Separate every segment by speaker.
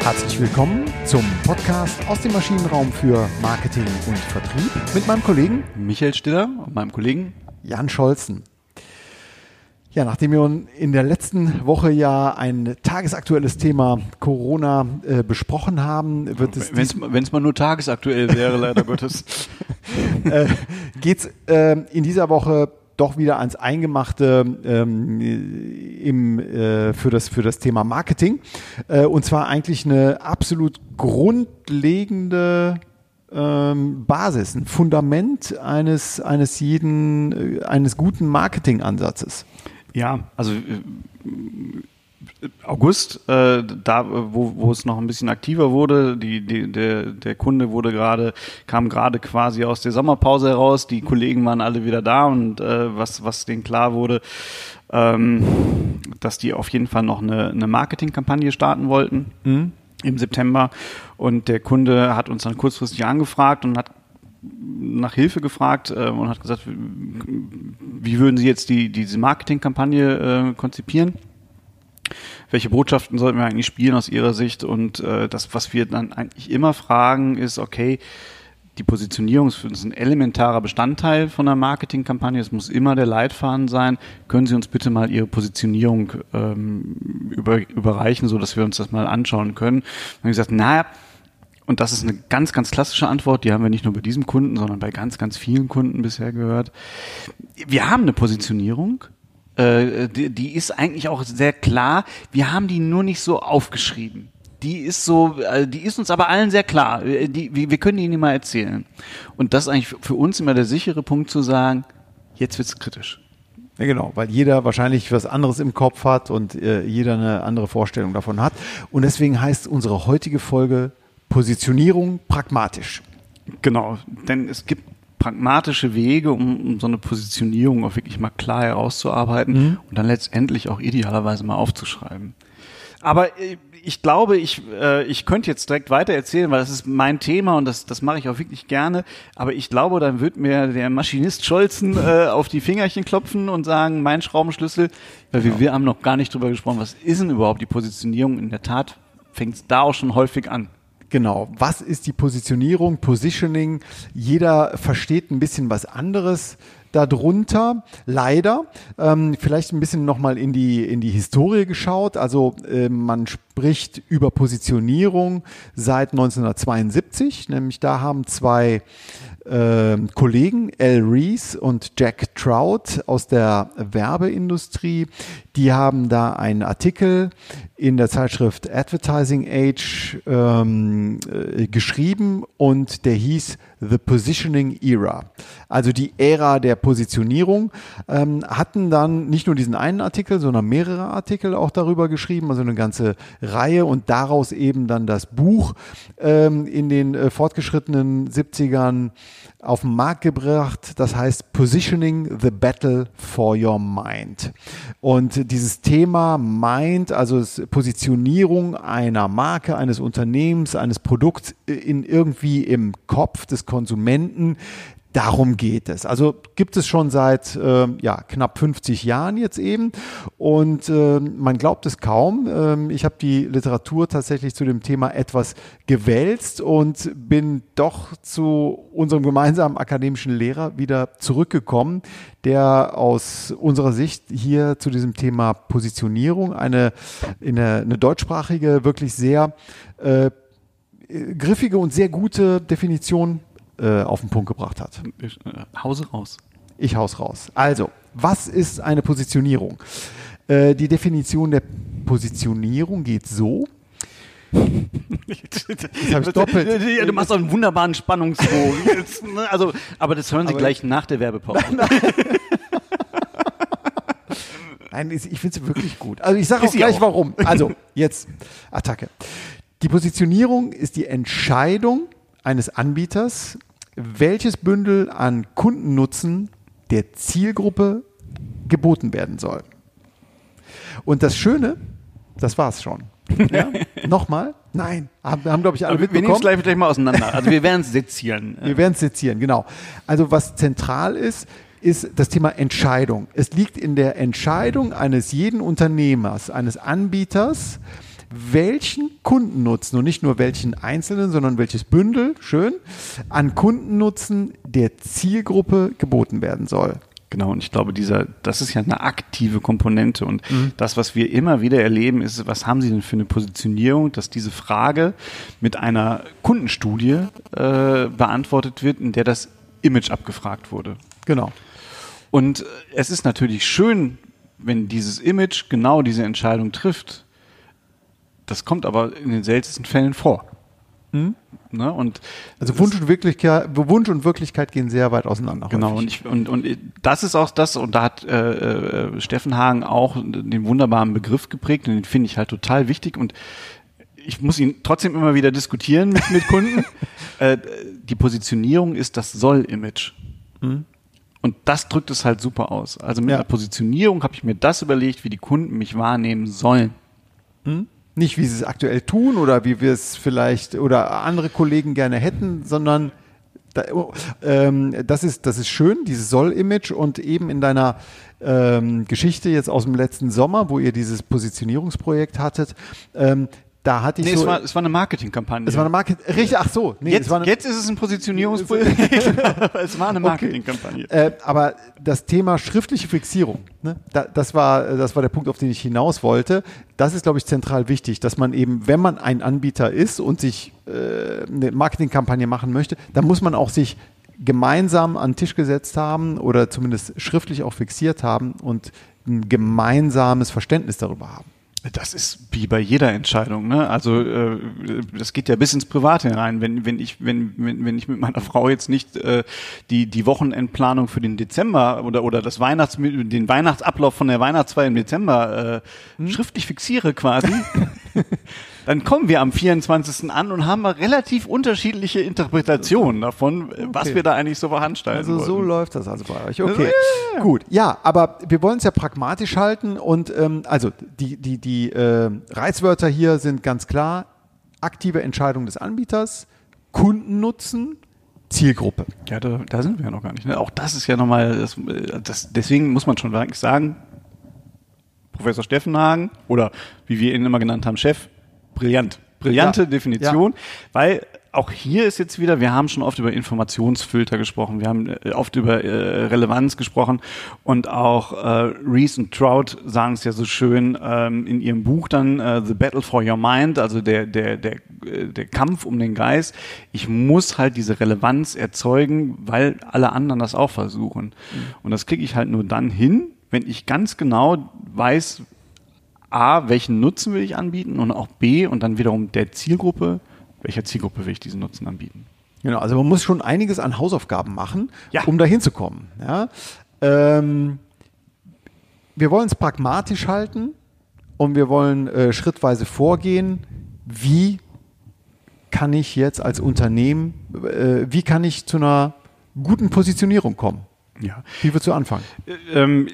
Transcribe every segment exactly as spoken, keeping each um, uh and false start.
Speaker 1: Herzlich willkommen zum Podcast aus dem Maschinenraum für Marketing und Vertrieb mit meinem Kollegen
Speaker 2: Michael Stiller und meinem Kollegen
Speaker 1: Jan Scholzen. Ja, nachdem wir in der letzten Woche ja ein tagesaktuelles Thema Corona äh, besprochen haben, wird es...
Speaker 2: Wenn es mal nur tagesaktuell wäre, leider Gottes.
Speaker 1: äh, geht es äh, in dieser Woche doch wieder ans Eingemachte ähm, im, äh, für, das, für das Thema Marketing. Äh, und zwar eigentlich eine absolut grundlegende ähm, Basis, ein Fundament eines, eines jeden, äh, eines guten Marketingansatzes.
Speaker 2: Ja, also äh, August, äh, da wo, wo es noch ein bisschen aktiver wurde, die, die, der, der Kunde wurde gerade, kam gerade quasi aus der Sommerpause heraus, die Kollegen waren alle wieder da und äh, was, was denen klar wurde, ähm, dass die auf jeden Fall noch eine, eine Marketingkampagne starten wollten mhm. im September, und der Kunde hat uns dann kurzfristig angefragt und hat nach Hilfe gefragt äh, und hat gesagt, wie würden Sie jetzt die, diese Marketingkampagne äh, konzipieren? Welche Botschaften sollten wir eigentlich spielen aus Ihrer Sicht? Und äh, das, was wir dann eigentlich immer fragen, ist, okay, die Positionierung ist für uns ein elementarer Bestandteil von einer Marketingkampagne. Es muss immer der Leitfaden sein. Können Sie uns bitte mal Ihre Positionierung ähm, über, überreichen, sodass wir uns das mal anschauen können? Und wir haben gesagt, naja, und das ist eine ganz, ganz klassische Antwort, die haben wir nicht nur bei diesem Kunden, sondern bei ganz, ganz vielen Kunden bisher gehört. Wir haben eine Positionierung, äh, die, die ist eigentlich auch sehr klar, wir haben die nur nicht so aufgeschrieben. Die ist so, äh, die ist uns aber allen sehr klar, die, wir, wir können die Ihnen mal erzählen. Und das ist eigentlich für uns immer der sichere Punkt zu sagen, jetzt wird's kritisch.
Speaker 1: Ja, genau, weil jeder wahrscheinlich was anderes im Kopf hat und äh, jeder eine andere Vorstellung davon hat. Und deswegen heißt unsere heutige Folge Positionierung pragmatisch.
Speaker 2: Genau, denn es gibt pragmatische Wege, um, um so eine Positionierung auch wirklich mal klar herauszuarbeiten mhm. und dann letztendlich auch idealerweise mal aufzuschreiben. Aber ich glaube, ich, äh, ich könnte jetzt direkt weiter erzählen, weil das ist mein Thema und das, das mache ich auch wirklich gerne. Aber ich glaube, dann wird mir der Maschinist Scholzen äh, auf die Fingerchen klopfen und sagen, mein Schraubenschlüssel, weil genau. wir, wir haben noch gar nicht drüber gesprochen, was ist denn überhaupt die Positionierung? In der Tat fängt es da auch schon häufig an.
Speaker 1: Genau, was ist die Positionierung, Positioning? Jeder versteht ein bisschen was anderes darunter, leider. Ähm, vielleicht ein bisschen nochmal in die, in die Historie geschaut. Also äh, man spricht über Positionierung seit neunzehnhundertzweiundsiebzig, nämlich da haben zwei äh, Kollegen, Al Ries und Jack Trout aus der Werbeindustrie, die haben da einen Artikel in der Zeitschrift Advertising Age ähm, äh, geschrieben und der hieß The Positioning Era, also die Ära der Positionierung, ähm, hatten dann nicht nur diesen einen Artikel, sondern mehrere Artikel auch darüber geschrieben, also eine ganze Reihe, und daraus eben dann das Buch ähm, in den äh, fortgeschrittenen siebzigern auf den Markt gebracht, das heißt Positioning the Battle for Your Mind. Und dieses Thema Mind, also Positionierung einer Marke, eines Unternehmens, eines Produkts in irgendwie im Kopf des Konsumenten, darum geht es. Also gibt es schon seit äh, ja, knapp fünfzig Jahren jetzt eben, und äh, man glaubt es kaum. Ähm, ich habe die Literatur tatsächlich zu dem Thema etwas gewälzt und bin doch zu unserem gemeinsamen akademischen Lehrer wieder zurückgekommen, der aus unserer Sicht hier zu diesem Thema Positionierung eine, eine, eine deutschsprachige, wirklich sehr äh, griffige und sehr gute Definition auf den Punkt gebracht hat.
Speaker 2: Ich, äh, Hause raus.
Speaker 1: Ich hau's raus. Also, was ist eine Positionierung? Äh, die Definition der Positionierung geht so.
Speaker 2: Das habe ich doppelt. Du machst auch einen wunderbaren Spannungsbogen. Also, aber das hören Sie aber gleich nach der Werbepause. Nein, nein.
Speaker 1: Nein, ich finde es wirklich gut. Also ich sage auch gleich auch. Warum. Also, jetzt Attacke. Die Positionierung ist die Entscheidung eines Anbieters, welches Bündel an Kundennutzen der Zielgruppe geboten werden soll. Und das Schöne, das war's schon. Ja? Nochmal? Nein, haben, haben glaube ich alle
Speaker 2: Aber
Speaker 1: mitbekommen.
Speaker 2: Wir nehmen es gleich, gleich mal auseinander. Also wir werden es sezieren.
Speaker 1: Wir werden es sezieren, genau. Also was zentral ist, ist das Thema Entscheidung. Es liegt in der Entscheidung eines jeden Unternehmers, eines Anbieters, welchen Kundennutzen und nicht nur welchen einzelnen, sondern welches Bündel, schön, an Kundennutzen der Zielgruppe geboten werden soll.
Speaker 2: Genau, und ich glaube, dieser, das ist ja eine aktive Komponente und mhm. das, was wir immer wieder erleben, ist, was haben Sie denn für eine Positionierung, dass diese Frage mit einer Kundenstudie äh, beantwortet wird, in der das Image abgefragt wurde.
Speaker 1: Genau.
Speaker 2: Und es ist natürlich schön, wenn dieses Image genau diese Entscheidung trifft. Das kommt aber in den seltensten Fällen vor.
Speaker 1: Mhm.
Speaker 2: Ne? Und
Speaker 1: also Wunsch und Wirklichkeit, Wunsch und Wirklichkeit gehen sehr weit auseinander.
Speaker 2: Genau, und, ich, und, und das ist auch das, und da hat äh, äh, Steffen Hagen auch den wunderbaren Begriff geprägt, und den finde ich halt total wichtig, und ich muss ihn trotzdem immer wieder diskutieren mit, mit Kunden. äh, die Positionierung ist das Soll-Image. Mhm. Und das drückt es halt super aus. Also mit
Speaker 1: ja.
Speaker 2: der Positionierung habe ich mir das überlegt, wie die Kunden mich wahrnehmen sollen.
Speaker 1: Mhm. Nicht, wie sie es aktuell tun oder wie wir es vielleicht oder andere Kollegen gerne hätten, sondern da, ähm, das ist, das ist schön, dieses Soll-Image, und eben in deiner ähm, Geschichte jetzt aus dem letzten Sommer, wo ihr dieses Positionierungsprojekt hattet, ähm, da hatte ich
Speaker 2: nee,
Speaker 1: so...
Speaker 2: es war, es war eine Marketingkampagne.
Speaker 1: Es war eine Marketing... Richtig, ach so. Nee,
Speaker 2: jetzt,
Speaker 1: es war eine,
Speaker 2: jetzt ist es ein Positionierungsprojekt. Es war eine Marketingkampagne.
Speaker 1: Okay. Äh, aber das Thema schriftliche Fixierung, ne, da, das, war, das war der Punkt, auf den ich hinaus wollte. Das ist, glaube ich, zentral wichtig, dass man eben, wenn man ein Anbieter ist und sich äh, eine Marketingkampagne machen möchte, dann muss man auch sich gemeinsam an den Tisch gesetzt haben oder zumindest schriftlich auch fixiert haben und ein gemeinsames Verständnis darüber haben.
Speaker 2: Das ist wie bei jeder Entscheidung, ne? Also äh, das geht ja bis ins Private hinein. Wenn wenn ich wenn wenn, wenn ich mit meiner Frau jetzt nicht äh, die die Wochenendplanung für den Dezember oder oder das Weihnachts den Weihnachtsablauf von der Weihnachtsfeier im Dezember äh, hm? schriftlich fixiere quasi, dann kommen wir am vierundzwanzigsten an und haben relativ unterschiedliche Interpretationen davon, okay. was wir da eigentlich so veranstalten.
Speaker 1: Also so
Speaker 2: wollten.
Speaker 1: läuft das also bei euch. Okay, ja. Gut. Ja, aber wir wollen es ja pragmatisch halten, und ähm, also die die die äh, Reizwörter hier sind ganz klar: aktive Entscheidung des Anbieters, Kundennutzen, Zielgruppe.
Speaker 2: Ja, da, da sind wir ja noch gar nicht. Ne? Auch das ist ja nochmal, das, das, deswegen muss man schon wirklich sagen, Professor Steffen Hagen, oder wie wir ihn immer genannt haben, Chef, brillant. Brillante ja. Definition, ja. Weil auch hier ist jetzt wieder, wir haben schon oft über Informationsfilter gesprochen, wir haben äh, oft über äh, Relevanz gesprochen, und auch äh, Rees und Trout sagen es ja so schön ähm, in ihrem Buch dann, äh, The Battle for Your Mind, also der, der, der, äh, der Kampf um den Geist. Ich muss halt diese Relevanz erzeugen, weil alle anderen das auch versuchen. Mhm. Und das kriege ich halt nur dann hin, wenn ich ganz genau weiß, A, welchen Nutzen will ich anbieten, und auch B, und dann wiederum der Zielgruppe, welcher Zielgruppe will ich diesen Nutzen anbieten.
Speaker 1: Genau, also man muss schon einiges an Hausaufgaben machen,
Speaker 2: ja.
Speaker 1: um da hinzukommen. Ja? Ähm, wir wollen es pragmatisch halten, und wir wollen äh, schrittweise vorgehen. Wie kann ich jetzt als Unternehmen, äh, wie kann ich zu einer guten Positionierung kommen?
Speaker 2: Ja.
Speaker 1: Wie würdest du anfangen?
Speaker 2: Ähm,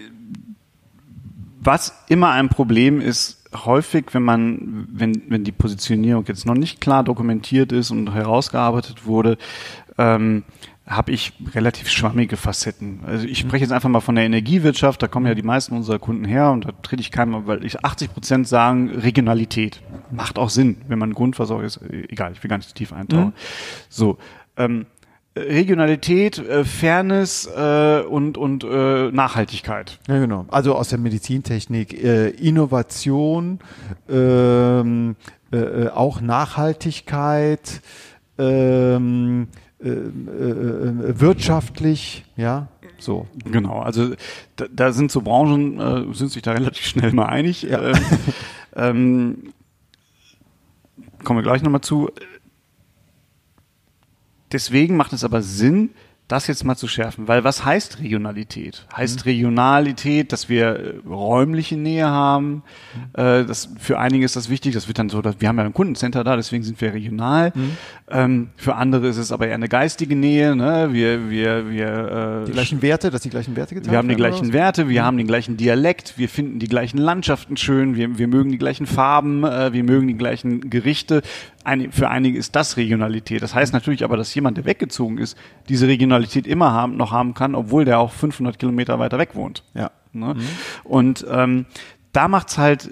Speaker 2: Was immer ein Problem ist, häufig, wenn man, wenn, wenn die Positionierung jetzt noch nicht klar dokumentiert ist und herausgearbeitet wurde, ähm, habe ich relativ schwammige Facetten. Also ich spreche jetzt einfach mal von der Energiewirtschaft, da kommen ja die meisten unserer Kunden her, und da trete ich keinem, weil ich achtzig Prozent sagen Regionalität. Macht auch Sinn, wenn man Grundversorger ist. Egal, ich will gar nicht zu tief eintauchen. Mhm. So, ähm, Regionalität, äh, Fairness äh, und, und äh, Nachhaltigkeit.
Speaker 1: Ja, genau. Also aus der Medizintechnik, äh, Innovation, ähm, äh, auch Nachhaltigkeit, ähm, äh, äh, wirtschaftlich, ja, so.
Speaker 2: Genau, also da, da sind so Branchen, äh, sind sich da relativ schnell mal einig. Ja. Ähm, ähm, kommen wir gleich nochmal zu. Deswegen macht es aber Sinn, das jetzt mal zu schärfen, weil was heißt Regionalität? Heißt mhm. Regionalität, dass wir äh, räumliche Nähe haben, mhm. äh, das, für einige ist das wichtig, das wird dann so, dass, wir haben ja ein Kundencenter da, deswegen sind wir regional, mhm. ähm, für andere ist es aber eher eine geistige Nähe, ne? wir, wir, wir, äh,
Speaker 1: die gleichen Werte, dass die gleichen Werte geteilt
Speaker 2: wir haben die gleichen
Speaker 1: so?
Speaker 2: Werte, wir
Speaker 1: mhm.
Speaker 2: haben den gleichen Dialekt, wir finden die gleichen Landschaften schön, wir, wir mögen die gleichen Farben, äh, wir mögen die gleichen Gerichte. Ein, für einige ist das Regionalität. Das heißt natürlich aber, dass jemand, der weggezogen ist, diese Regionalität immer haben, noch haben kann, obwohl der auch fünfhundert Kilometer weiter weg wohnt.
Speaker 1: Ja.
Speaker 2: Ne? Mhm. Und ähm, da macht's halt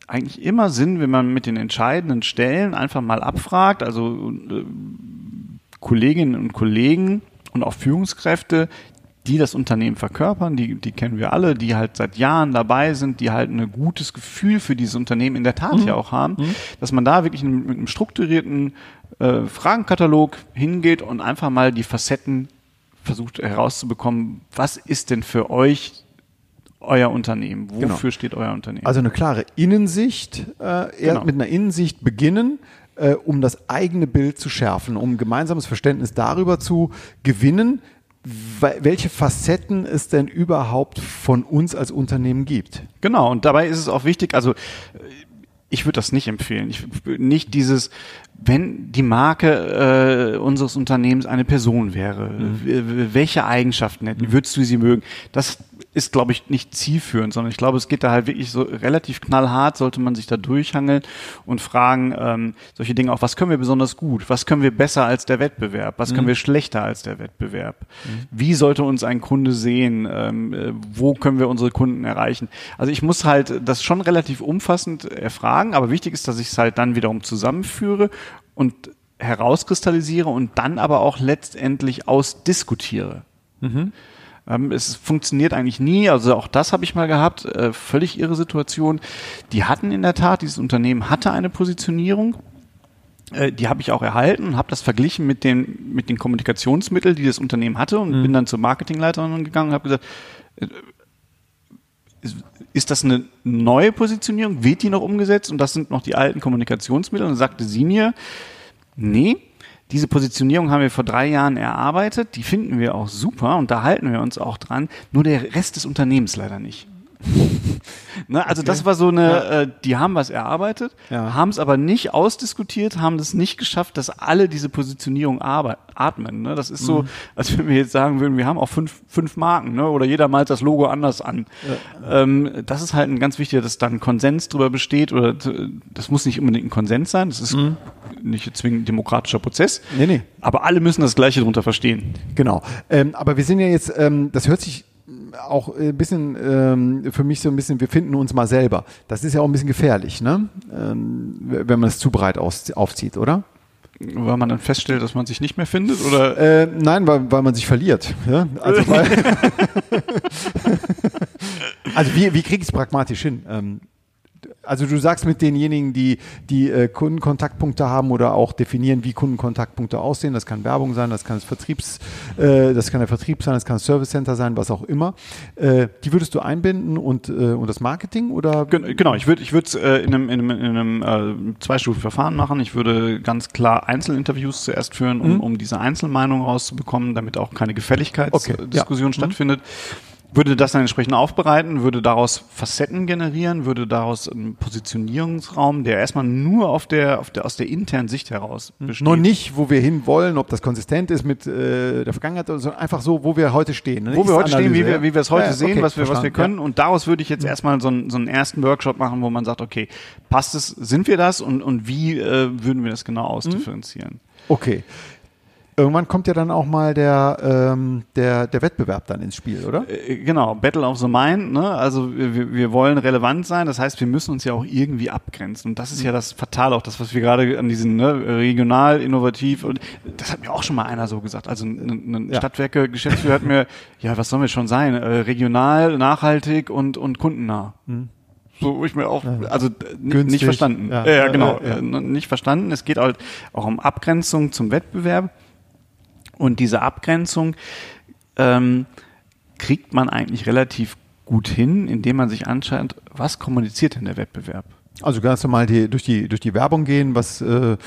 Speaker 2: eigentlich immer Sinn, wenn man mit den entscheidenden Stellen einfach mal abfragt, also äh, Kolleginnen und Kollegen und auch Führungskräfte, die das Unternehmen verkörpern, die, die kennen wir alle, die halt seit Jahren dabei sind, die halt ein gutes Gefühl für dieses Unternehmen in der Tat mhm. ja auch haben, mhm. dass man da wirklich mit einem strukturierten äh, Fragenkatalog hingeht und einfach mal die Facetten versucht herauszubekommen, was ist denn für euch euer Unternehmen? Wofür genau. steht euer Unternehmen?
Speaker 1: Also eine klare Innensicht, äh, eher genau. mit einer Innensicht beginnen, äh, um das eigene Bild zu schärfen, um ein gemeinsames Verständnis darüber zu gewinnen, welche Facetten es denn überhaupt von uns als Unternehmen gibt.
Speaker 2: Genau, und dabei ist es auch wichtig, also ich würde das nicht empfehlen. Ich, nicht dieses, wenn die Marke äh, unseres Unternehmens eine Person wäre, mhm. welche Eigenschaften hätten, würdest du sie mögen? Das ist, glaube ich, nicht zielführend, sondern ich glaube, es geht da halt wirklich so relativ knallhart, sollte man sich da durchhangeln und fragen, ähm, solche Dinge auch, was können wir besonders gut? Was können wir besser als der Wettbewerb? Was mhm. können wir schlechter als der Wettbewerb? Mhm. Wie sollte uns ein Kunde sehen? Ähm, wo können wir unsere Kunden erreichen? Also ich muss halt das schon relativ umfassend erfragen, aber wichtig ist, dass ich es halt dann wiederum zusammenführe und herauskristallisiere und dann aber auch letztendlich ausdiskutiere. Mhm. Ähm, es funktioniert eigentlich nie, also auch das habe ich mal gehabt, äh, völlig irre Situation. Die hatten in der Tat, dieses Unternehmen hatte eine Positionierung, äh, die habe ich auch erhalten und habe das verglichen mit den, mit den Kommunikationsmitteln, die das Unternehmen hatte und mhm. bin dann zur Marketingleiterin gegangen und habe gesagt, äh, ist, ist das eine neue Positionierung? Wird die noch umgesetzt? Und das sind noch die alten Kommunikationsmittel. Und dann sagte sie mir, nee, diese Positionierung haben wir vor drei Jahren erarbeitet, die finden wir auch super und da halten wir uns auch dran, nur der Rest des Unternehmens leider nicht. Ne, also okay. Das war so eine, ja. äh, die haben was erarbeitet, ja. haben es aber nicht ausdiskutiert, haben es nicht geschafft, dass alle diese Positionierung arbe- atmen. Ne? Das ist so, mhm. als wenn wir jetzt sagen würden, wir haben auch fünf, fünf Marken, ne? Oder jeder malt das Logo anders an. Ja. Ähm, das ist halt ein ganz wichtiger, dass da ein Konsens drüber besteht oder das muss nicht unbedingt ein Konsens sein, das ist mhm. nicht zwingend ein demokratischer Prozess,
Speaker 1: nee, nee.
Speaker 2: aber alle müssen das Gleiche darunter verstehen.
Speaker 1: Genau, ähm, aber wir sind ja jetzt, ähm, das hört sich auch ein bisschen ähm, für mich so ein bisschen, wir finden uns mal selber. Das ist ja auch ein bisschen gefährlich, ne? Ähm, wenn man es zu breit aus, aufzieht, oder?
Speaker 2: Weil man dann feststellt, dass man sich nicht mehr findet, oder?
Speaker 1: Äh, nein, weil, weil man sich verliert. Ja? Also, weil also wie, wie kriege ich es pragmatisch hin? Ähm, Also du sagst mit denjenigen, die, die äh, Kundenkontaktpunkte haben oder auch definieren, wie Kundenkontaktpunkte aussehen, das kann Werbung sein, das kann das Vertriebs, äh, das kann der Vertrieb sein, das kann das Service Center sein, was auch immer. Äh, die würdest du einbinden und, äh, und das Marketing oder?
Speaker 2: Genau, ich würde ich würde es äh, in einem, in einem, in einem äh, Zwei-Stufen-Verfahren machen. Ich würde ganz klar Einzelinterviews zuerst führen, um, mhm. um diese Einzelmeinung rauszubekommen, damit auch keine Gefälligkeitsdiskussion
Speaker 1: okay. ja.
Speaker 2: stattfindet. Würde das dann entsprechend aufbereiten, würde daraus Facetten generieren, würde daraus einen Positionierungsraum, der erstmal nur auf der, auf der, aus der internen Sicht heraus besteht.
Speaker 1: Noch nicht, wo wir hin wollen, ob das konsistent ist mit äh, der Vergangenheit, sondern einfach so, wo wir heute stehen. Ne?
Speaker 2: Wo wir heute stehen, wie wir, wie wir es heute
Speaker 1: ja,
Speaker 2: sehen,
Speaker 1: okay,
Speaker 2: was wir, was wir können.
Speaker 1: Ja.
Speaker 2: Und daraus würde ich jetzt erstmal so einen, so einen ersten Workshop machen, wo man sagt, okay, passt es, sind wir das und, und wie äh, würden wir das genau ausdifferenzieren?
Speaker 1: Okay. Irgendwann kommt ja dann auch mal der, ähm, der, der Wettbewerb dann ins Spiel, oder?
Speaker 2: Äh, genau, Battle of the Mind, ne? Also wir, wir wollen relevant sein, das heißt, wir müssen uns ja auch irgendwie abgrenzen. Und das ist ja das Fatale, auch das, was wir gerade an diesen ne, regional, innovativ, und das hat mir auch schon mal einer so gesagt. Also ein, ein ja. Stadtwerke-Geschäftsführer hat mir, ja, was sollen wir schon sein? Äh, regional, nachhaltig und, und kundennah. Mhm. So, wo ich mir auch, also n- nicht verstanden. Ja, ja genau, ja, ja. Äh, nicht verstanden. Es geht halt auch um Abgrenzung zum Wettbewerb. Und diese Abgrenzung ähm, kriegt man eigentlich relativ gut hin, indem man sich anschaut, was kommuniziert denn der Wettbewerb?
Speaker 1: Also ganz normal die, durch, die, durch die Werbung gehen, was äh,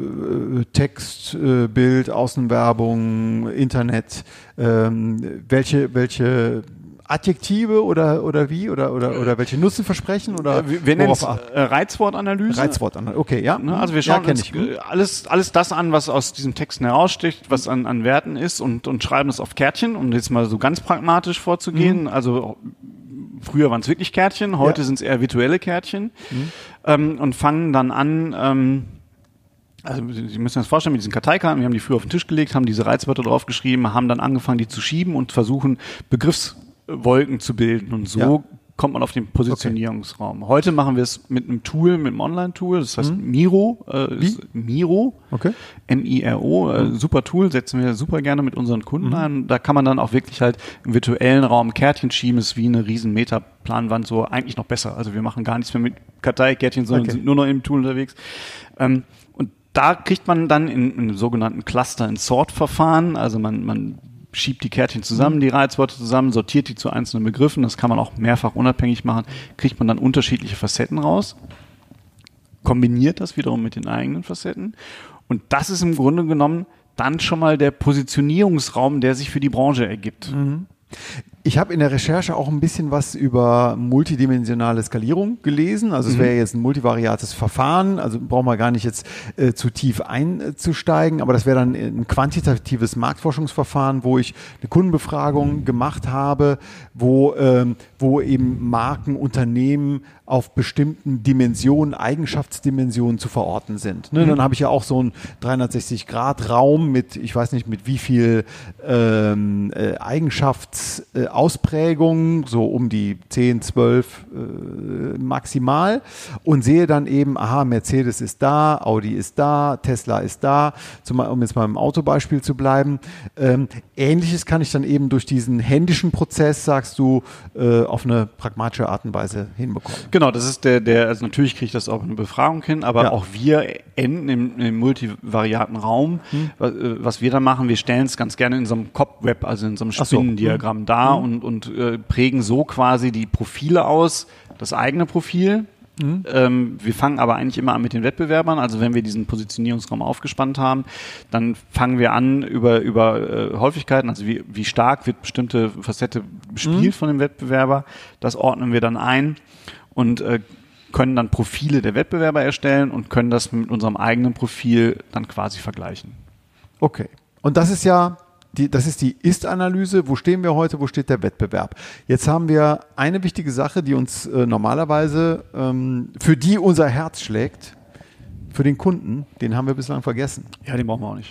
Speaker 1: Text, äh, Bild, Außenwerbung, Internet, ähm, welche, welche Adjektive oder oder wie oder oder oder welche Nutzen versprechen oder
Speaker 2: wir, wir nennen es äh, Reizwortanalyse.
Speaker 1: Reizwortanalyse. Okay, ja.
Speaker 2: Ne, also wir schauen
Speaker 1: ja,
Speaker 2: uns
Speaker 1: ich.
Speaker 2: alles alles das an, was aus diesen Texten heraussticht, was an an Werten ist und und schreiben es auf Kärtchen, um jetzt mal so ganz pragmatisch vorzugehen. Mhm. Also früher waren es wirklich Kärtchen, heute ja. sind es eher virtuelle Kärtchen mhm. ähm, und fangen dann an. Ähm, Also Sie müssen sich das vorstellen, mit diesen Karteikarten, wir haben die früher auf den Tisch gelegt, haben diese Reizwörter draufgeschrieben, haben dann angefangen, die zu schieben und versuchen, Begriffswolken zu bilden. Und so ja. kommt man auf den Positionierungsraum. Okay. Heute machen wir es mit einem Tool, mit einem Online-Tool, das heißt mhm. Miro. Äh,
Speaker 1: Wie?
Speaker 2: Miro.
Speaker 1: Okay.
Speaker 2: M I R O. Äh,
Speaker 1: mhm.
Speaker 2: Super Tool, setzen wir super gerne mit unseren Kunden
Speaker 1: mhm.
Speaker 2: ein. Da kann man dann auch wirklich halt im virtuellen Raum Kärtchen schieben, ist wie eine riesen Metaplanwand, so eigentlich noch besser. Also wir machen gar nichts mehr mit Karteikärtchen, sondern okay. sind nur noch im Tool unterwegs. Ähm, und da kriegt man dann in, in einem sogenannten Cluster-and-Sort-Verfahren, also man, man schiebt die Kärtchen zusammen, die Reizworte zusammen, sortiert die zu einzelnen Begriffen, das kann man auch mehrfach unabhängig machen, kriegt man dann unterschiedliche Facetten raus, kombiniert das wiederum mit den eigenen Facetten und das ist im Grunde genommen dann schon mal der Positionierungsraum, der sich für die Branche ergibt.
Speaker 1: Mhm. Ich habe in der Recherche auch ein bisschen was über multidimensionale Skalierung gelesen. Also es wäre jetzt ein multivariates Verfahren, also brauchen wir gar nicht jetzt äh, zu tief einzusteigen, aber das wäre dann ein quantitatives Marktforschungsverfahren, wo ich eine Kundenbefragung gemacht habe, wo, ähm, wo eben Marken, Unternehmen auf bestimmten Dimensionen, Eigenschaftsdimensionen zu verorten sind. Ne? Mhm. Dann habe ich ja auch so einen dreihundertsechzig Grad Raum mit, ich weiß nicht mit wie viel ähm, äh, Eigenschaftsausprägungen, äh, so um die zehn, zwölf äh, maximal und sehe dann eben, aha, Mercedes ist da, Audi ist da, Tesla ist da, zum, um jetzt mal im Autobeispiel zu bleiben. Ähm, Ähnliches kann ich dann eben durch diesen händischen Prozess, sagst du, äh, auf eine pragmatische Art und Weise hinbekommen.
Speaker 2: Genau, das ist der, der, also natürlich kriege ich das auch in eine Befragung hin, aber ja. auch wir enden im, im multivariaten Raum. Hm. Was, was wir da machen, wir stellen es ganz gerne in so einem Cobweb, also in so einem Spinnendiagramm so. dar hm. und, und äh, prägen so quasi die Profile aus, das eigene Profil. Mhm. Ähm, wir fangen aber eigentlich immer an mit den Wettbewerbern. Also wenn wir diesen Positionierungsraum aufgespannt haben, dann fangen wir an über über äh, Häufigkeiten, also wie, wie stark wird bestimmte Facette bespielt mhm. von dem Wettbewerber. Das ordnen wir dann ein und äh, können dann Profile der Wettbewerber erstellen und können das mit unserem eigenen Profil dann quasi vergleichen.
Speaker 1: Okay. Und das ist ja Die, das ist die Ist-Analyse. Wo stehen wir heute? Wo steht der Wettbewerb? Jetzt haben wir eine wichtige Sache, die uns äh, normalerweise, ähm, für die unser Herz schlägt, für den Kunden, den haben wir bislang vergessen.
Speaker 2: Ja, den brauchen wir auch nicht.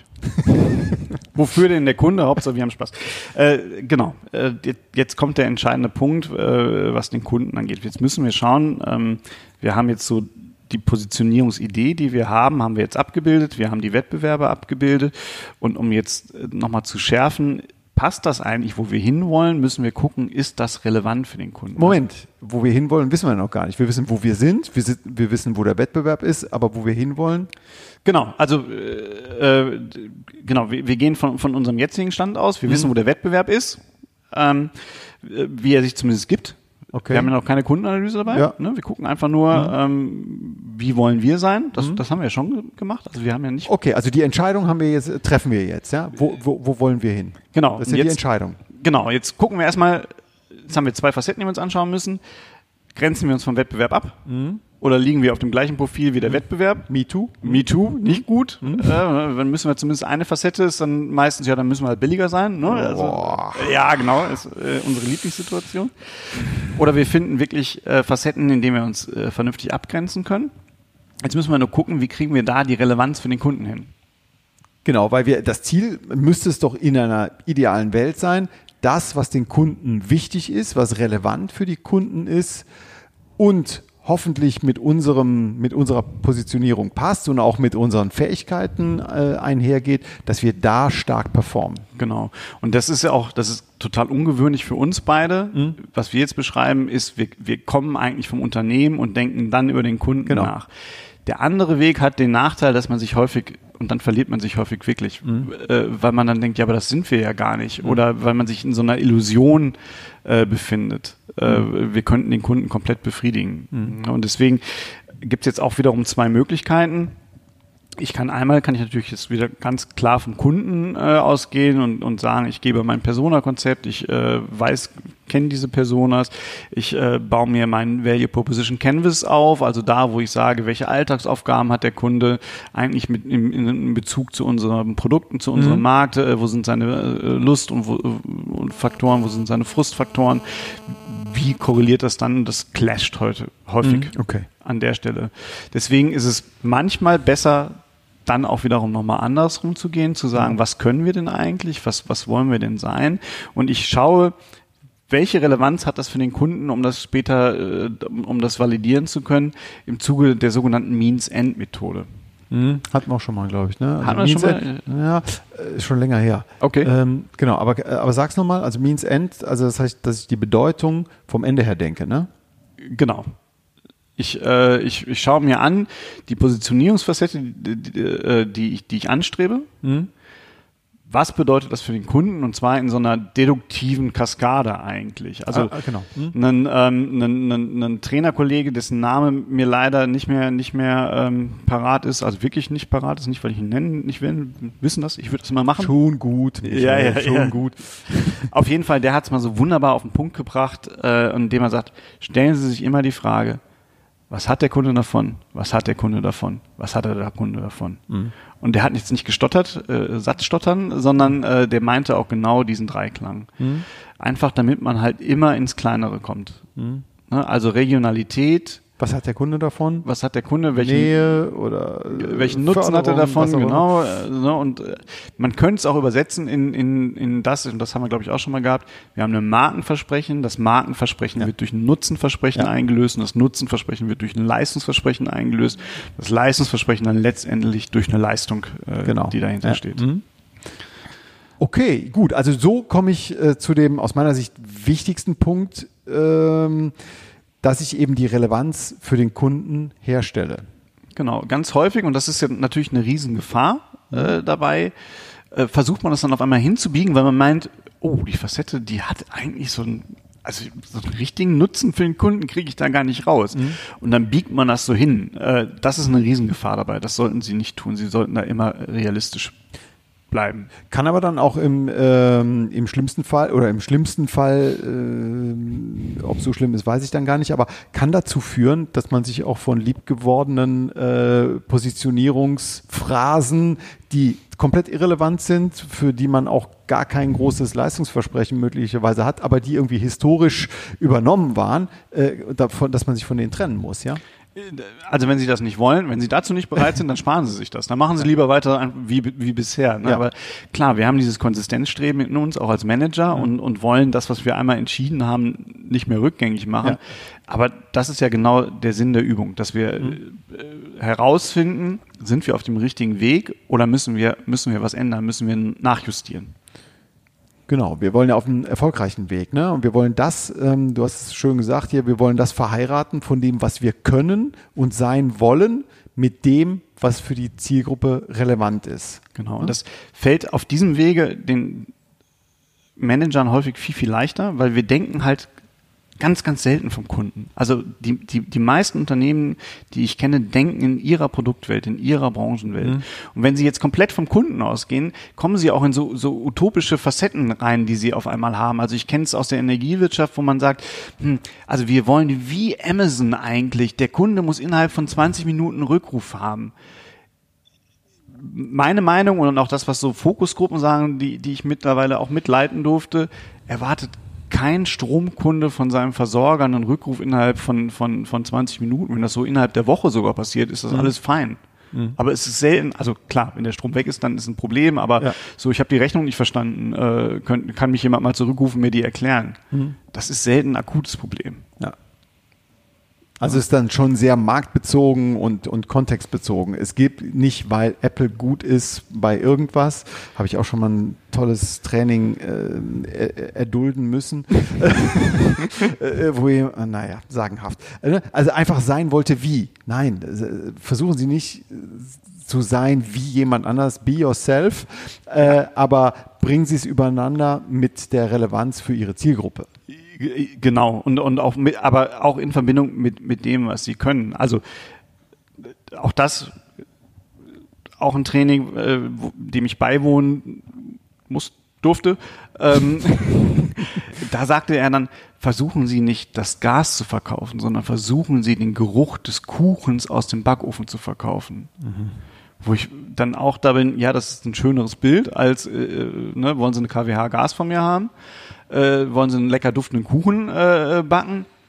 Speaker 2: Wofür denn der Kunde? Hauptsache, wir haben Spaß. Äh, genau. Äh, jetzt kommt der entscheidende Punkt, äh, was den Kunden angeht. Jetzt müssen wir schauen, ähm, wir haben jetzt so die Positionierungsidee, die wir haben, haben wir jetzt abgebildet. Wir haben die Wettbewerber abgebildet. Und um jetzt nochmal zu schärfen, passt das eigentlich, wo wir hinwollen, müssen wir gucken, ist das relevant für den Kunden?
Speaker 1: Moment, wo wir hinwollen, wissen wir noch gar nicht. Wir wissen, wo wir sind, wir, sind, wir wissen, wo der Wettbewerb ist, aber wo wir hinwollen?
Speaker 2: Genau, also äh, genau, wir, wir gehen von, von unserem jetzigen Stand aus. Wir mhm. wissen, wo der Wettbewerb ist, ähm, wie er sich zumindest gibt. Okay. Wir haben ja noch keine Kundenanalyse dabei. Ja. Ne? Wir gucken einfach nur, mhm. ähm, wie wollen wir sein. Das, mhm. das haben wir ja schon gemacht. Also wir haben ja nicht.
Speaker 1: Okay, also die Entscheidung haben wir jetzt, treffen wir jetzt. Ja? Wo, wo, wo wollen wir hin?
Speaker 2: Genau.
Speaker 1: Das ist ja jetzt die Entscheidung.
Speaker 2: Genau. Jetzt gucken wir erstmal. Jetzt haben wir zwei Facetten, die wir uns anschauen müssen. Grenzen wir uns vom Wettbewerb ab? Mhm. Oder liegen wir auf dem gleichen Profil wie der Wettbewerb?
Speaker 1: Me too.
Speaker 2: Me too, nicht gut. Mhm. Äh, dann müssen wir zumindest eine Facette, ist dann meistens, ja, dann müssen wir halt billiger sein. Ne? Also, ja, genau, ist äh, unsere Lieblingssituation. Oder wir finden wirklich äh, Facetten, in denen wir uns äh, vernünftig abgrenzen können. Jetzt müssen wir nur gucken, wie kriegen wir da die Relevanz für den Kunden hin.
Speaker 1: Genau, weil wir das Ziel müsste es doch in einer idealen Welt sein, das, was den Kunden wichtig ist, was relevant für die Kunden ist und hoffentlich mit unserem, mit unserer Positionierung passt und auch mit unseren Fähigkeiten äh, einhergeht, dass wir da stark performen.
Speaker 2: Genau. Und das ist ja auch, das ist total ungewöhnlich für uns beide. Mhm. Was wir jetzt beschreiben, ist, wir, wir kommen eigentlich vom Unternehmen und denken dann über den Kunden genau. nach. Der andere Weg hat den Nachteil, dass man sich häufig, und dann verliert man sich häufig wirklich, mhm. äh, weil man dann denkt, ja, aber das sind wir ja gar nicht. Mhm. Oder weil man sich in so einer Illusion äh, befindet. Äh, mhm. Wir könnten den Kunden komplett befriedigen. Mhm. Und deswegen gibt es jetzt auch wiederum zwei Möglichkeiten. Ich kann einmal, kann ich natürlich jetzt wieder ganz klar vom Kunden äh, ausgehen und, und sagen, ich gebe mein Persona-Konzept, ich äh, weiß, kenne diese Personas, ich äh, baue mir mein Value Proposition Canvas auf, also da, wo ich sage, welche Alltagsaufgaben hat der Kunde eigentlich mit in, in Bezug zu unseren Produkten, zu unserem mhm. Markt, äh, wo sind seine äh, Lust- und, wo, und Faktoren, wo sind seine Frustfaktoren, wie korreliert das dann? Das clasht heute häufig
Speaker 1: mhm. okay.
Speaker 2: an der Stelle. Deswegen ist es manchmal besser, dann auch wiederum nochmal andersrum zu gehen, zu sagen, was können wir denn eigentlich, was, was wollen wir denn sein? Und ich schaue, welche Relevanz hat das für den Kunden, um das später, äh, um das validieren zu können, im Zuge der sogenannten Means-End-Methode?
Speaker 1: Mhm. Hatten wir auch schon mal, glaube ich. Ne? Also
Speaker 2: Hatten wir schon mal?
Speaker 1: Ja, ist schon länger her.
Speaker 2: Okay.
Speaker 1: Ähm, genau, aber, aber sag's nochmal, also Means End, also das heißt, dass ich die Bedeutung vom Ende her denke, ne?
Speaker 2: Genau. Ich, äh, ich, ich schaue mir an, die Positionierungsfacette, die, die, die, ich, die ich anstrebe. Mhm. Was bedeutet das für den Kunden? Und zwar in so einer deduktiven Kaskade eigentlich. Also
Speaker 1: ah, genau. hm.
Speaker 2: ein, ähm, ein, ein, ein Trainerkollege, dessen Name mir leider nicht mehr nicht mehr ähm, parat ist, also wirklich nicht parat ist, nicht weil ich ihn nennen nicht will, wissen das, ich würde das immer machen.
Speaker 1: Schon gut.
Speaker 2: Ja, ja,
Speaker 1: schon
Speaker 2: ja.
Speaker 1: gut.
Speaker 2: Auf jeden Fall, der hat es mal so wunderbar auf den Punkt gebracht, äh, indem er sagt, stellen Sie sich immer die Frage, was hat der Kunde davon? Was hat der Kunde davon? Was hat der Kunde davon? Mhm. Und der hat jetzt nicht gestottert, äh, Satzstottern, sondern äh, der meinte auch genau diesen Dreiklang. Mhm. Einfach damit man halt immer ins Kleinere kommt. Mhm. Ne? Also Regionalität.
Speaker 1: Was hat der Kunde davon?
Speaker 2: Was hat der Kunde? Welchen,
Speaker 1: Nähe oder
Speaker 2: welchen Nutzen hat er davon? Genau. Äh, ne? Und äh, man könnte es auch übersetzen in, in, in das, und das haben wir, glaube ich, auch schon mal gehabt. Wir haben ein Markenversprechen. Das Markenversprechen ja. wird durch ein Nutzenversprechen ja. eingelöst und das Nutzenversprechen wird durch ein Leistungsversprechen eingelöst. Das Leistungsversprechen dann letztendlich durch eine Leistung, äh,
Speaker 1: genau.
Speaker 2: die dahinter
Speaker 1: ja.
Speaker 2: steht.
Speaker 1: Mhm. Okay, gut. Also so komme ich äh, zu dem aus meiner Sicht wichtigsten Punkt, ähm, dass ich eben die Relevanz für den Kunden herstelle.
Speaker 2: Genau, ganz häufig, und das ist ja natürlich eine Riesengefahr äh, dabei, äh, versucht man das dann auf einmal hinzubiegen, weil man meint, oh, die Facette, die hat eigentlich so einen, also so einen richtigen Nutzen für den Kunden kriege ich da gar nicht raus. Mhm. Und dann biegt man das so hin. Äh, das ist eine Riesengefahr dabei. Das sollten Sie nicht tun. Sie sollten da immer realistisch bleiben.
Speaker 1: Kann aber dann auch im, ähm, im schlimmsten Fall oder im schlimmsten Fall, äh, ob so schlimm ist, weiß ich dann gar nicht, aber kann dazu führen, dass man sich auch von liebgewordenen äh, Positionierungsphrasen, die komplett irrelevant sind, für die man auch gar kein großes Leistungsversprechen möglicherweise hat, aber die irgendwie historisch übernommen waren, äh, davon, dass man sich von denen trennen muss, ja?
Speaker 2: Also wenn Sie das nicht wollen, wenn Sie dazu nicht bereit sind, dann sparen Sie sich das. Dann machen Sie lieber weiter wie, wie bisher. Ne?
Speaker 1: Ja.
Speaker 2: Aber klar, wir haben dieses Konsistenzstreben in uns, auch als Manager, mhm. und, und wollen das, was wir einmal entschieden haben, nicht mehr rückgängig machen. Ja. Aber das ist ja genau der Sinn der Übung, dass wir mhm. äh, herausfinden, sind wir auf dem richtigen Weg oder müssen wir, müssen wir was ändern, müssen wir nachjustieren.
Speaker 1: Genau, wir wollen ja auf einen erfolgreichen Weg, ne? Und wir wollen das, ähm, du hast es schön gesagt hier, wir wollen das verheiraten von dem, was wir können und sein wollen, mit dem, was für die Zielgruppe relevant ist.
Speaker 2: Genau, und das fällt auf diesem Wege den Managern häufig viel, viel leichter, weil wir denken halt ganz, ganz selten vom Kunden. Also die, die, die meisten Unternehmen, die ich kenne, denken in ihrer Produktwelt, in ihrer Branchenwelt. Mhm. Und wenn sie jetzt komplett vom Kunden ausgehen, kommen sie auch in so, so utopische Facetten rein, die sie auf einmal haben. Also ich kenne es aus der Energiewirtschaft, wo man sagt, hm, also wir wollen wie Amazon eigentlich, der Kunde muss innerhalb von zwanzig Minuten Rückruf haben. Meine Meinung und auch das, was so Fokusgruppen sagen, die, die ich mittlerweile auch mitleiten durfte, erwartet kein Stromkunde von seinem Versorger einen Rückruf innerhalb von, von, von zwanzig Minuten. Wenn das so innerhalb der Woche sogar passiert, ist das mhm. alles fein. Mhm. Aber es ist selten, also klar, wenn der Strom weg ist, dann ist ein Problem, aber ja. so, ich habe die Rechnung nicht verstanden, äh, könnt, kann mich jemand mal zurückrufen, mir die erklären. Mhm. Das ist selten ein akutes Problem.
Speaker 1: Ja. Also ist dann schon sehr marktbezogen und, und kontextbezogen. Es gibt nicht, weil Apple gut ist bei irgendwas, habe ich auch schon mal ein tolles Training äh, erdulden müssen, äh, wo ihr, naja, sagenhaft. Also einfach sein wollte wie. Nein, versuchen Sie nicht zu sein wie jemand anders, be yourself, äh, aber bringen Sie es übereinander mit der Relevanz für Ihre Zielgruppe.
Speaker 2: Genau, und, und auch mit, aber auch in Verbindung mit, mit dem, was sie können. Also auch das, auch ein Training, äh, wo, dem ich beiwohnen muss, durfte, ähm, da sagte er dann, versuchen Sie nicht das Gas zu verkaufen, sondern versuchen Sie den Geruch des Kuchens aus dem Backofen zu verkaufen. Mhm. Wo ich dann auch da bin, ja, das ist ein schöneres Bild, als äh, ne, wollen Sie eine K W H Gas von mir haben? Äh, wollen Sie einen lecker duftenden Kuchen äh, backen?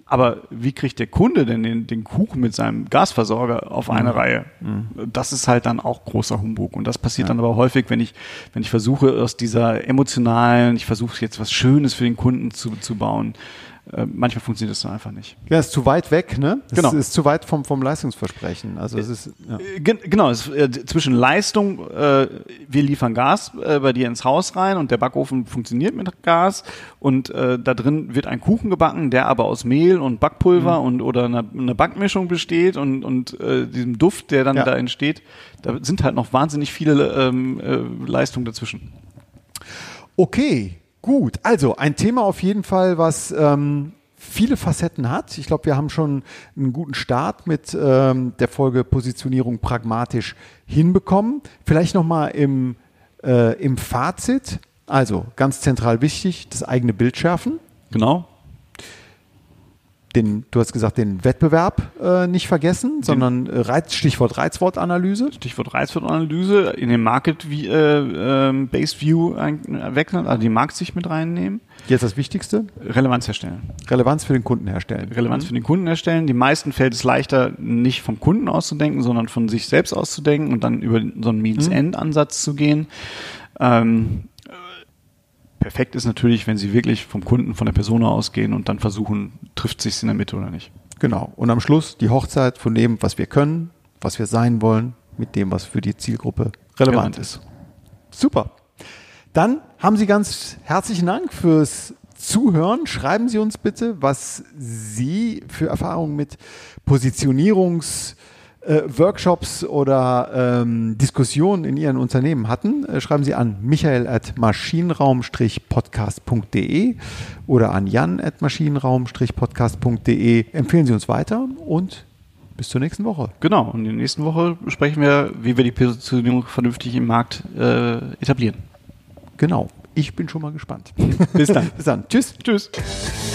Speaker 2: Aber wie kriegt der Kunde denn den, den Kuchen mit seinem Gasversorger auf eine mhm. Reihe? Mhm. Das ist halt dann auch großer Humbug. Und das passiert ja. dann aber häufig, wenn ich, wenn ich versuche, aus dieser emotionalen, ich versuche jetzt was Schönes für den Kunden zu, zu bauen. Äh, manchmal funktioniert das dann einfach nicht.
Speaker 1: Ja, ist zu weit weg, ne? Es
Speaker 2: genau.
Speaker 1: ist zu weit vom, vom Leistungsversprechen. Also es ist ja.
Speaker 2: Gen- genau, es ist, äh, zwischen Leistung, äh, wir liefern Gas äh, bei dir ins Haus rein und der Backofen funktioniert mit Gas und äh, da drin wird ein Kuchen gebacken, der aber aus Mehl und Backpulver mhm. und oder einer eine Backmischung besteht und, und äh, diesem Duft, der dann ja. da entsteht, da sind halt noch wahnsinnig viele ähm, äh, Leistungen dazwischen.
Speaker 1: Okay. Gut, also ein Thema auf jeden Fall, was ähm, viele Facetten hat. Ich glaube, wir haben schon einen guten Start mit ähm, der Folge Positionierung pragmatisch hinbekommen. Vielleicht nochmal im, äh, im Fazit. Also ganz zentral wichtig, das eigene Bild schärfen.
Speaker 2: Genau.
Speaker 1: Den, du hast gesagt, den Wettbewerb äh, nicht vergessen, den, sondern äh, Reiz, Stichwort Reizwortanalyse.
Speaker 2: Stichwort Reizwortanalyse, in den Market-Based äh, äh, View ein, wechseln, also die Marktsicht mit reinnehmen.
Speaker 1: Jetzt das Wichtigste?
Speaker 2: Relevanz herstellen.
Speaker 1: Relevanz für den Kunden herstellen.
Speaker 2: Relevanz mhm. für den Kunden herstellen. Die meisten fällt es leichter, nicht vom Kunden auszudenken, sondern von sich selbst auszudenken und dann über so einen Means-End-Ansatz zu gehen. Ähm, Perfekt ist natürlich, wenn Sie wirklich vom Kunden, von der Persona ausgehen und dann versuchen, trifft sich's in der Mitte oder nicht.
Speaker 1: Genau. Und am Schluss die Hochzeit von dem, was wir können, was wir sein wollen, mit dem, was für die Zielgruppe relevant ja. ist. Super. Dann haben Sie ganz herzlichen Dank fürs Zuhören. Schreiben Sie uns bitte, was Sie für Erfahrungen mit Positionierungs- Äh, Workshops oder ähm, Diskussionen in Ihren Unternehmen hatten, äh, schreiben Sie an michael at maschinenraum podcast punkt de oder an jan at maschinenraum podcast punkt de. Empfehlen Sie uns weiter und bis zur nächsten Woche.
Speaker 2: Genau, und in der nächsten Woche sprechen wir, wie wir die Positionierung vernünftig im Markt äh, etablieren.
Speaker 1: Genau, ich bin schon mal gespannt.
Speaker 2: Bis dann.
Speaker 1: Bis dann. Tschüss.
Speaker 2: Tschüss.